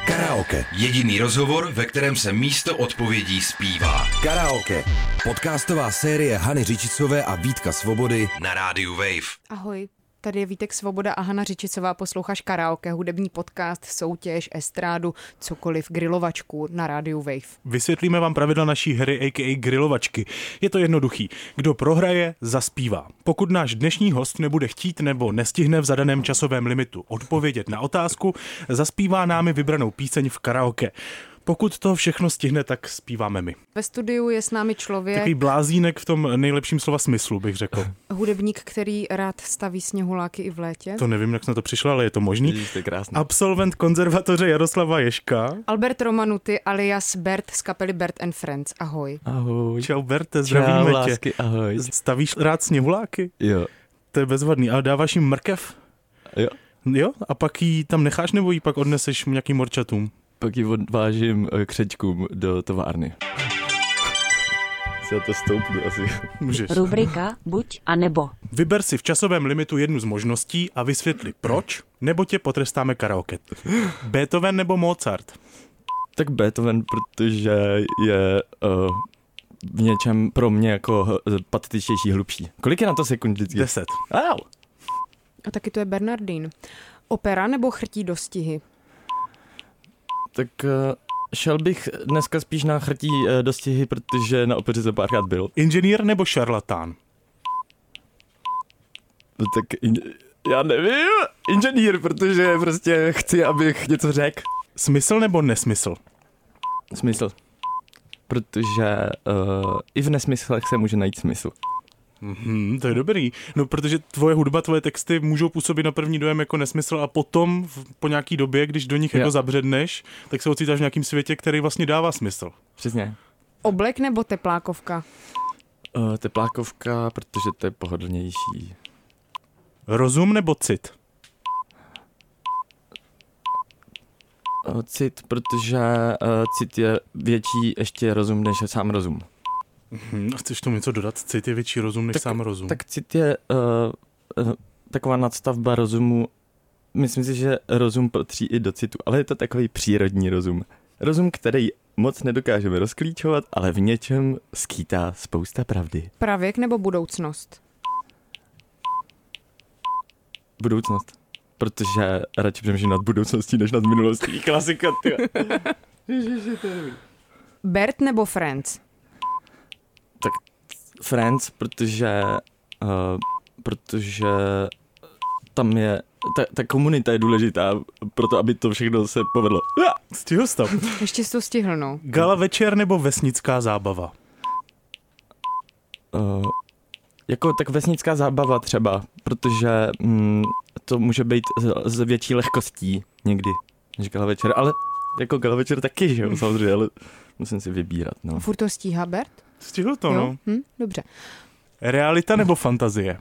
Karaoke. Jediný rozhovor, ve kterém se místo odpovědí zpívá. Karaoke. Podcastová série Hany Řičicové a Vítka Svobody Na rádiu Wave. Ahoj, tady je Vítek Svoboda a Hana Řičicová, posloucháš Karaoke, hudební podcast, soutěž, estrádu, cokoliv, grilovačku na rádiu Wave. Vysvětlíme vám pravidla naší hry a.k.a. grilovačky. Je to jednoduchý. Kdo prohraje, zaspívá. Pokud náš dnešní host nebude chtít nebo nestihne v zadaném časovém limitu odpovědět na otázku, zaspívá námi vybranou píseň v karaoke. Pokud to všechno stihne, tak zpíváme my. Ve studiu je s námi člověk, Takový blázínek v tom nejlepším slova smyslu, bych řekl. hudebník, který rád staví sněhuláky i v létě. To nevím, jak jsme to přišli, ale je to možný. Vidíš, to je krásný. Absolvent konzervatoře Jaroslava Ježka. Albert Romanuty alias Bert z kapely Bert and Friends. Ahoj. Ahoj. Čau Berte, zdravíme tě. Lásky, ahoj. Stavíš rád sněhuláky? Jo. To je bezvadný, ale dáváš jim mrkev? Jo. Jo? A pak ji tam necháš nebo ji pak odneseš nějakým morčatům? Pak ji odvážím křečkům do továrny. Já to stoupnu asi. Můžeš. Rubrika buď a nebo. Vyber si v časovém limitu jednu z možností a vysvětli proč, nebo tě potrestáme karaoke. Beethoven nebo Mozart? Tak Beethoven, protože je v něčem pro mě jako patetičtější, hlubší. Kolik je na to sekund vždycky? 10. Au. A taky to je Bernardín. Opera nebo chrtí dostihy? Tak šel bych dneska spíš na chrtí dostihy, protože na opeře to párkrát byl. Inženýr nebo šarlatán? No tak já nevím, inženýr, protože prostě chci, abych něco řekl. Smysl nebo nesmysl? Smysl. Protože i v nesmyslech se může najít smysl. To je dobrý. No, protože tvoje hudba, tvoje texty můžou působit na první dojem jako nesmysl a potom po nějaký době, když do nich jako zabředneš, tak se ocitáš v nějakém světě, který vlastně dává smysl. Přesně. Oblek nebo teplákovka? Teplákovka, protože to je pohodlnější. Rozum nebo cit? Cit, protože cit je větší ještě rozum než sám rozum. Chceš tomu něco dodat? Cit je větší rozum než sám rozum. Tak cit je taková nadstavba rozumu. Myslím si, že rozum patří i do citu, ale je to takový přírodní rozum. Rozum, který moc nedokážeme rozklíčovat, ale v něčem skýtá spousta pravdy. Pravěk nebo budoucnost? Budoucnost. Protože radši přemýšlím nad budoucností, než nad minulostí. Klasika, ty. Bert nebo Friends? Tak Friends, protože tam je, ta komunita je důležitá pro to, aby to všechno se povedlo. Stihl jsi to. Ještě jsi to stihl, no. Gala večer nebo vesnická zábava? Jako tak vesnická zábava třeba, protože to může být z větší lehkostí někdy, než gala večer, ale jako gala večer taky, že jo, samozřejmě, ale musím si vybírat, no. Furt to stíhá Bert? Stihl to, Jo? no. Dobře. Realita nebo fantazie?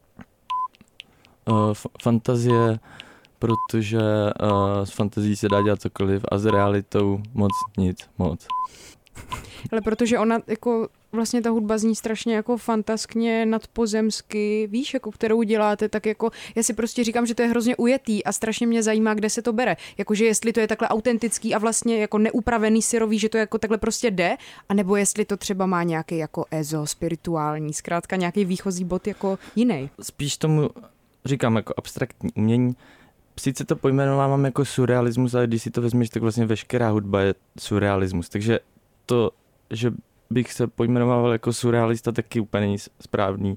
Fantazie, protože s fantazií se dá dělat cokoliv a s realitou moc. Ale protože ona jako vlastně ta hudba zní strašně jako fantaskně nadpozemsky, víš, jako kterou děláte, tak jako já si prostě říkám, že to je hrozně ujetý a strašně mě zajímá, kde se to bere. Jakože jestli to je takhle autentický a vlastně jako neupravený syrový, že to jako takhle prostě jde, anebo jestli to třeba má nějaký jako ezo, spirituální, zkrátka nějaký výchozí bod jako jiný. Spíš tomu říkám jako abstraktní umění. Sice to pojmenovávám jako surrealismus, ale když si to vezmeš, tak vlastně veškerá hudba je surrealismus. Takže to, že bych se pojmenoval jako surrealista, taky úplně není správný.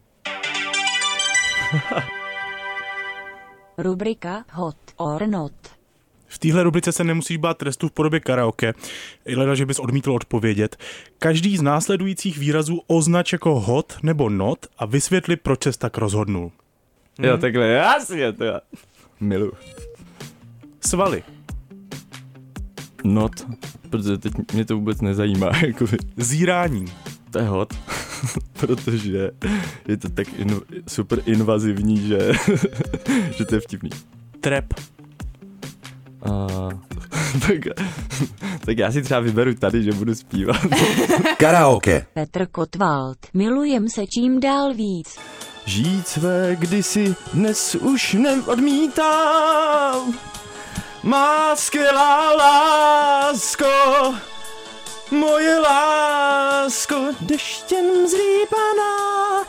Rubrika Hot or Not. V téhle rubrice se nemusíš bát trestu v podobě karaoke, leda, že bys odmítl odpovědět. Každý z následujících výrazů označ jako hot nebo not a vysvětli, proč ses tak rozhodnul. Jo, takhle, jasně, to já miluji. Svaly. Not, protože teď mě to vůbec nezajímá. Jakoby. Zírání. To je hot, protože je to tak super invazivní, že to je vtipný. Trap. Tak já si třeba vyberu tady, že budu zpívat. Karaoke. Petr Kotwald. Milujem se čím dál víc. Žít své kdysi dnes už neodmítám. Má skvělá lásko, moje lásko, deštěm zrýpaná.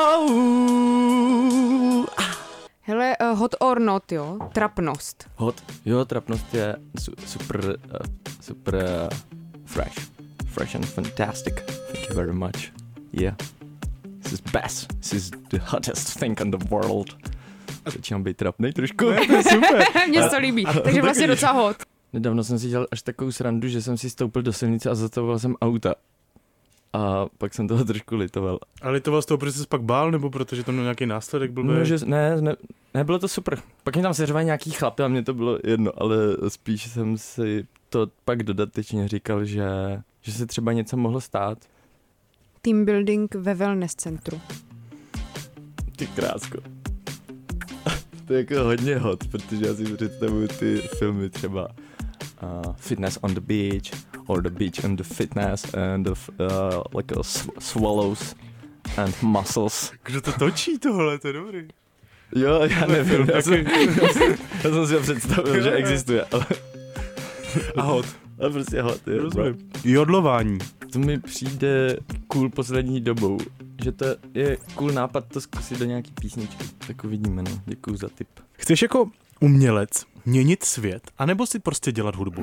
Hele, hot or not, jo? Trapnost. Trapnost je super fresh and fantastic. Thank you very much. Yeah. This is best. This is the hottest thing in the world. Začínám být trapnej trošku. To je super. Mně se to líbí, takže vlastně docela hot. Nedávno jsem si dělal až takovou srandu, že jsem si stoupil do silnice a zastavoval jsem auta. A pak jsem toho trošku litoval. A litoval z toho, protože jsi pak bál, nebo protože to měl nějaký následek blbý? No, že ne, bylo to super. Pak mi tam seřvali nějaký chlapy a mně to bylo jedno, ale spíš jsem si to pak dodatečně říkal, že se třeba něco mohlo stát. Team building ve wellness centru. Ty krásko. To je jako hodně hot, protože já si představuju ty filmy třeba Fitness on the Beach, or The Beach and the Fitness, and like swallows and muscles. Kdo to točí tohle, to je dobrý. Jo, já nevím, já jsem si ho představil, že existuje. A hot. Ale prostě hot, je. Rozumím. Jodlování. To mi přijde cool poslední dobou, že to je cool nápad to zkusit do nějaký písničky. Tak uvidíme, no. Děkuju za tip. Chceš jako umělec měnit svět, anebo si prostě dělat hudbu?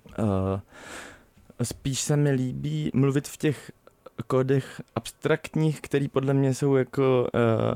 Spíš se mi líbí mluvit v těch kódech abstraktních, který podle mě jsou jako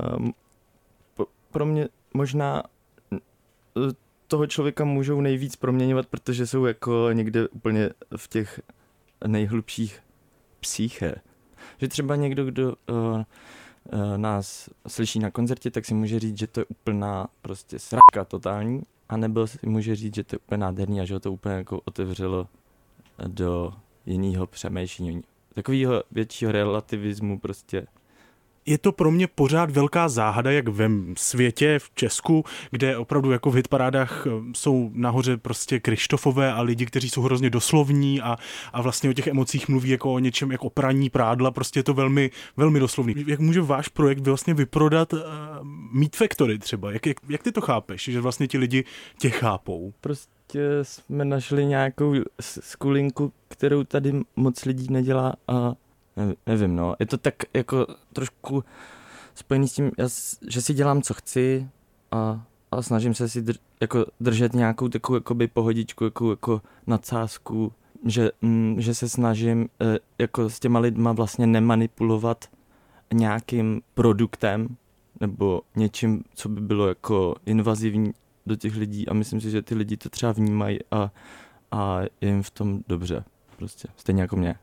pro mě možná toho člověka můžou nejvíc proměňovat, protože jsou jako někde úplně v těch nejhlubších psyché. Že třeba někdo, kdo nás slyší na koncertě, tak si může říct, že to je úplná prostě sraka totální, anebo si může říct, že to je úplně nádherný a že ho to úplně jako otevřelo do jiného přemýšlení. Takového většího relativismu prostě. Je to pro mě pořád velká záhada, jak ve světě, v Česku, kde opravdu jako v hitparádách jsou nahoře prostě Krištofové a lidi, kteří jsou hrozně doslovní a vlastně o těch emocích mluví jako o něčem, jako o praní prádla, prostě je to velmi, velmi doslovný. Jak může váš projekt vlastně vyprodat Meat Factory třeba? Jak ty to chápeš, že vlastně ti lidi tě chápou? Prostě jsme našli nějakou skulinku, kterou tady moc lidí nedělá a nevím, no. Je to tak jako trošku spojený s tím, že si dělám, co chci a snažím se si držet nějakou takovou jakoby pohodičku, jako nadsázku, že se snažím jako s těma lidma vlastně nemanipulovat nějakým produktem nebo něčím, co by bylo jako invazivní do těch lidí a myslím si, že ty lidi to třeba vnímají a je jim v tom dobře. Prostě stejně jako mě.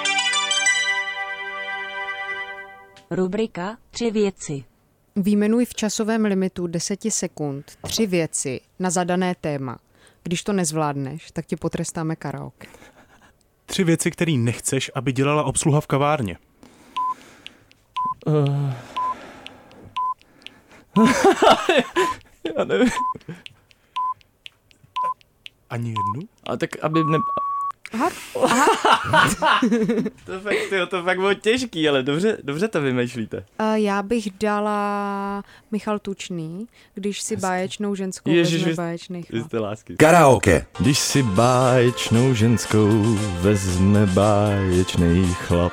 Rubrika 3 věci. Vyjmenuj v časovém limitu 10 sekund 3 věci na zadané téma. Když to nezvládneš, tak tě potrestáme karaoke. 3 věci, které nechceš, aby dělala obsluha v kavárně. Já nevím. Ani jednu? A tak aby ne... Aha. to fakt bylo těžký, ale dobře to vymýšlíte. Já bych dala Michal Tučný, když si báječnou ženskou vezme báječný chlap. Vy jste lásky. Karaoke. Když si báječnou ženskou vezme báječný chlap,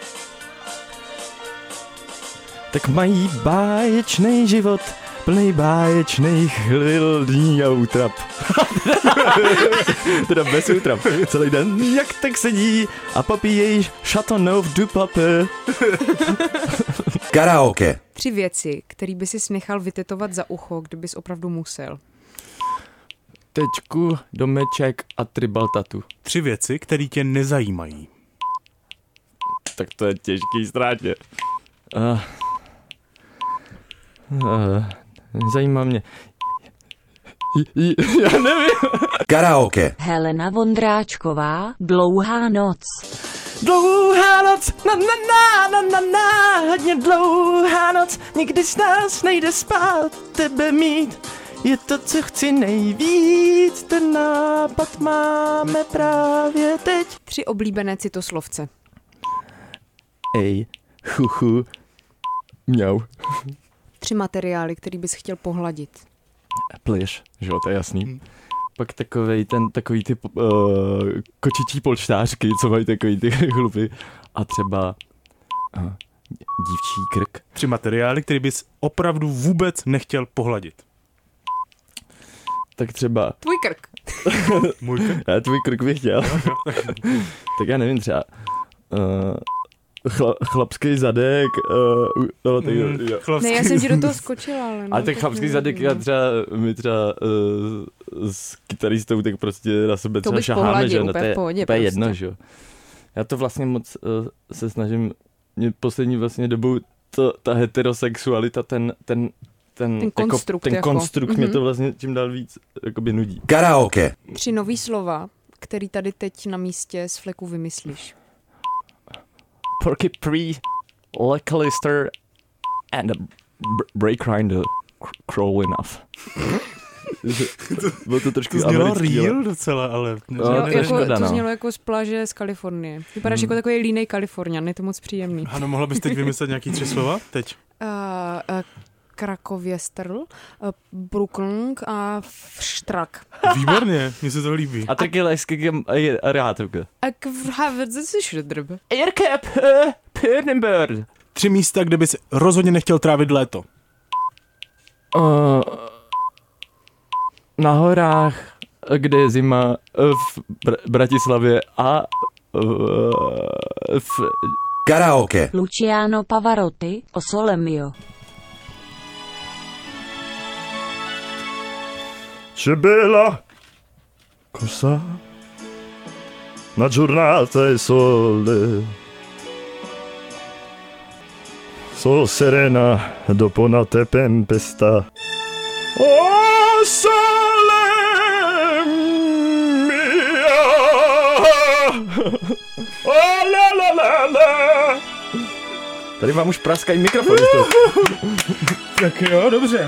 tak mají báječný život, plný báječných lil dní a útrap. Teda bez útrap. Celý den jak tak sedí a popíjejí Chateauneuf du Pape. Karaoke. 3 věci, který by si nechal vytetovat za ucho, kdybys opravdu musel. Tečku, domeček a tribal tatu. 3 věci, které tě nezajímají. Tak to je těžký ztrátě. Zajímá mě. Já nevím. Karaoke. Helena Vondráčková, Dlouhá noc. Dlouhá noc, hodně dlouhá noc, nikdy z nás nejde spát, tebe mít, je to, co chci nejvíc, ten nápad máme právě teď. 3 oblíbené citoslovce. Ej, chuchu, mňau. 3 materiály, který bys chtěl pohladit. Plyš, že jo, to je jasný. Pak takový ty kočičí polštářky, co mají takový ty chlupy. A třeba dívčí krk. 3 materiály, který bys opravdu vůbec nechtěl pohladit. Tak třeba... Tvůj krk. Můj krk? Já tvůj krk bych chtěl. Tak já nevím, třeba... chlapský zadek. Ne, já jsem ti do toho skočila, ale... Ale tak chlapský zadek, my třeba s kytaristou tak prostě na sebe třeba šaháme, že? To je jedno, že jo. Já to vlastně moc se snažím, mě poslední vlastně dobou ta heterosexualita, ten konstrukt mě to vlastně čím dál víc jakoby nudí. Karaoke. 3 nový slova, který tady teď na místě z fleku vymyslíš. Porky Pree, Lacklister and a break grinder crawling off. Bylo to trošku to znělo americký, real docela, ale... To znělo jako z pláže z Kalifornie. Vypadáš jako takový línej Kaliforňan, je to moc příjemný. Ano, mohla bys teď vymyslet nějaký 3 slova? Teď. Krakověstrl, Brooklyn a Štrak. Výborně, mně se to líbí. A taky lesky rátovka. Aircap, Pernenberg. 3 místa, kde bys rozhodně nechtěl trávit léto. Na horách, kde je zima, v Bratislavě a v... Karaoke. Luciano Pavarotti, O Sole Mio. Che bella cosa una giornata e sole so serena dopo una tempesta. Oh sole mio, oh la la la la. Tady vám už praskají mikrofony. Tak jo, dobře.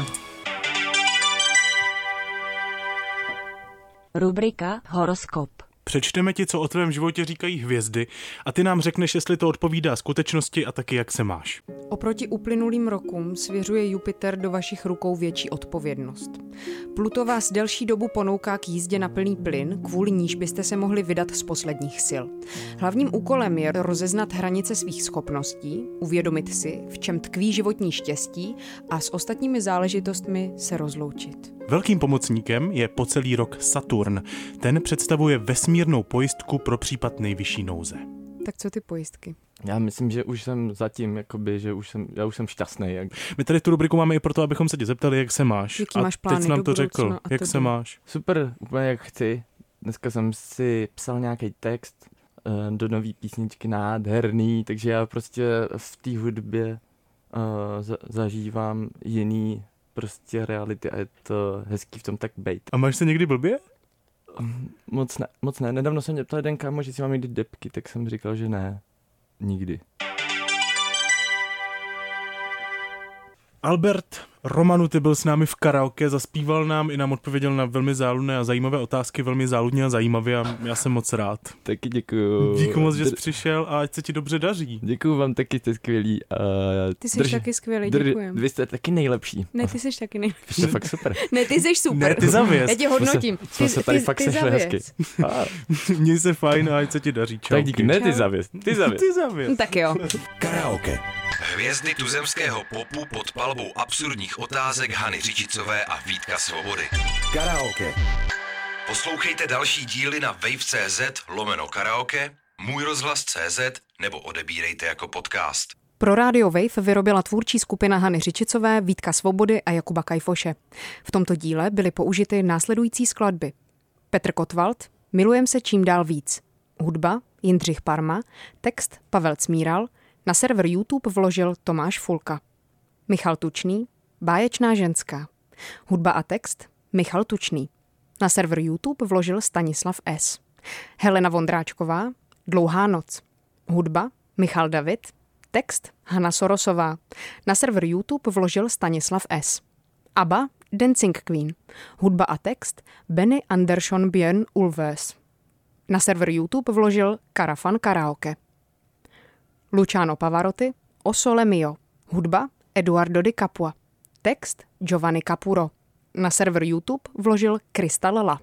Rubrika Horoskop. Přečteme ti, co o tvém životě říkají hvězdy a ty nám řekneš, jestli to odpovídá skutečnosti a taky jak se máš. Oproti uplynulým rokům svěřuje Jupiter do vašich rukou větší odpovědnost. Pluto vás delší dobu ponouká k jízdě na plný plyn, kvůli níž byste se mohli vydat z posledních sil. Hlavním úkolem je rozeznat hranice svých schopností, uvědomit si, v čem tkví životní štěstí a s ostatními záležitostmi se rozloučit. Velkým pomocníkem je po celý rok Saturn. Ten představuje vesmírnou pojistku pro případ nejvyšší nouze. Tak co ty pojistky? Já myslím, že už jsem zatím, jakoby, já už jsem šťastný. My tady tu rubriku máme i proto, abychom se tě zeptali, jak se máš. Jaký máš plány teď nám do to řekl. budoucna a Jak tebe? se máš? Super, úplně jak chci. Dneska jsem si psal nějaký text do nový písničky, nádherný, takže já prostě v té hudbě zažívám jiný prostě reality a je to hezký v tom tak bejt. A máš se někdy blbě? Moc ne. Nedávno jsem mě ptal jeden kámoš, jestli mám někdy depky, tak jsem říkal, že ne. Nikdy. Albert Romanu, ty byl s námi v karaoke, zaspíval nám i nám odpověděl na velmi záludné a zajímavé otázky, velmi záludně a zajímavě a já jsem moc rád. Taky děkuju. Díky moc, že jsi přišel a ať se ti dobře daří. Děkuju vám taky, jste skvělí. Ty jsi taky skvělý, děkujem. Vy jste taky nejlepší. Ne, ty jsi taky nejlepší. Vy jste fakt super. Ne, ty jsi super. Ne, ty zavěz. Já tě hodnotím. Jsme se tady fakt sešli hezky. Měj se fajn a ať se ti daří. Čau. Tak díky, ne ty zavěz. Ty zavěz. Ty zavěz. Tak jo. Karaoke. Hvězdy tuzemského popu pod palbou absurdních otázek Hany Řičicové a Vítka Svobody. Karaoke. Poslouchejte další díly na wave.cz/karaoke, Můj rozhlas.cz nebo odebírejte jako podcast. Pro Radio Wave vyrobila tvůrčí skupina Hany Řičicové, Vítka Svobody a Jakuba Kajfoše. V tomto díle byly použity následující skladby. Petr Kotwald, Milujem se čím dál víc. Hudba Jindřich Parma, text Pavel Cmíral, na server YouTube vložil Tomáš Fulka. Michal Tučný, Báječná ženská. Hudba a text Michal Tučný. Na server YouTube vložil Stanislav S. Helena Vondráčková, Dlouhá noc. Hudba Michal David, text Hana Sorosová. Na server YouTube vložil Stanislav S. ABBA Dancing Queen. Hudba a text Benny Andersson Björn Ulvaeus. Na server YouTube vložil Karafan Karaoke. Luciano Pavarotti, O Sole Mio. Hudba Eduardo Di Capua. Text Giovanni Capuro. Na server YouTube vložil Crystal La.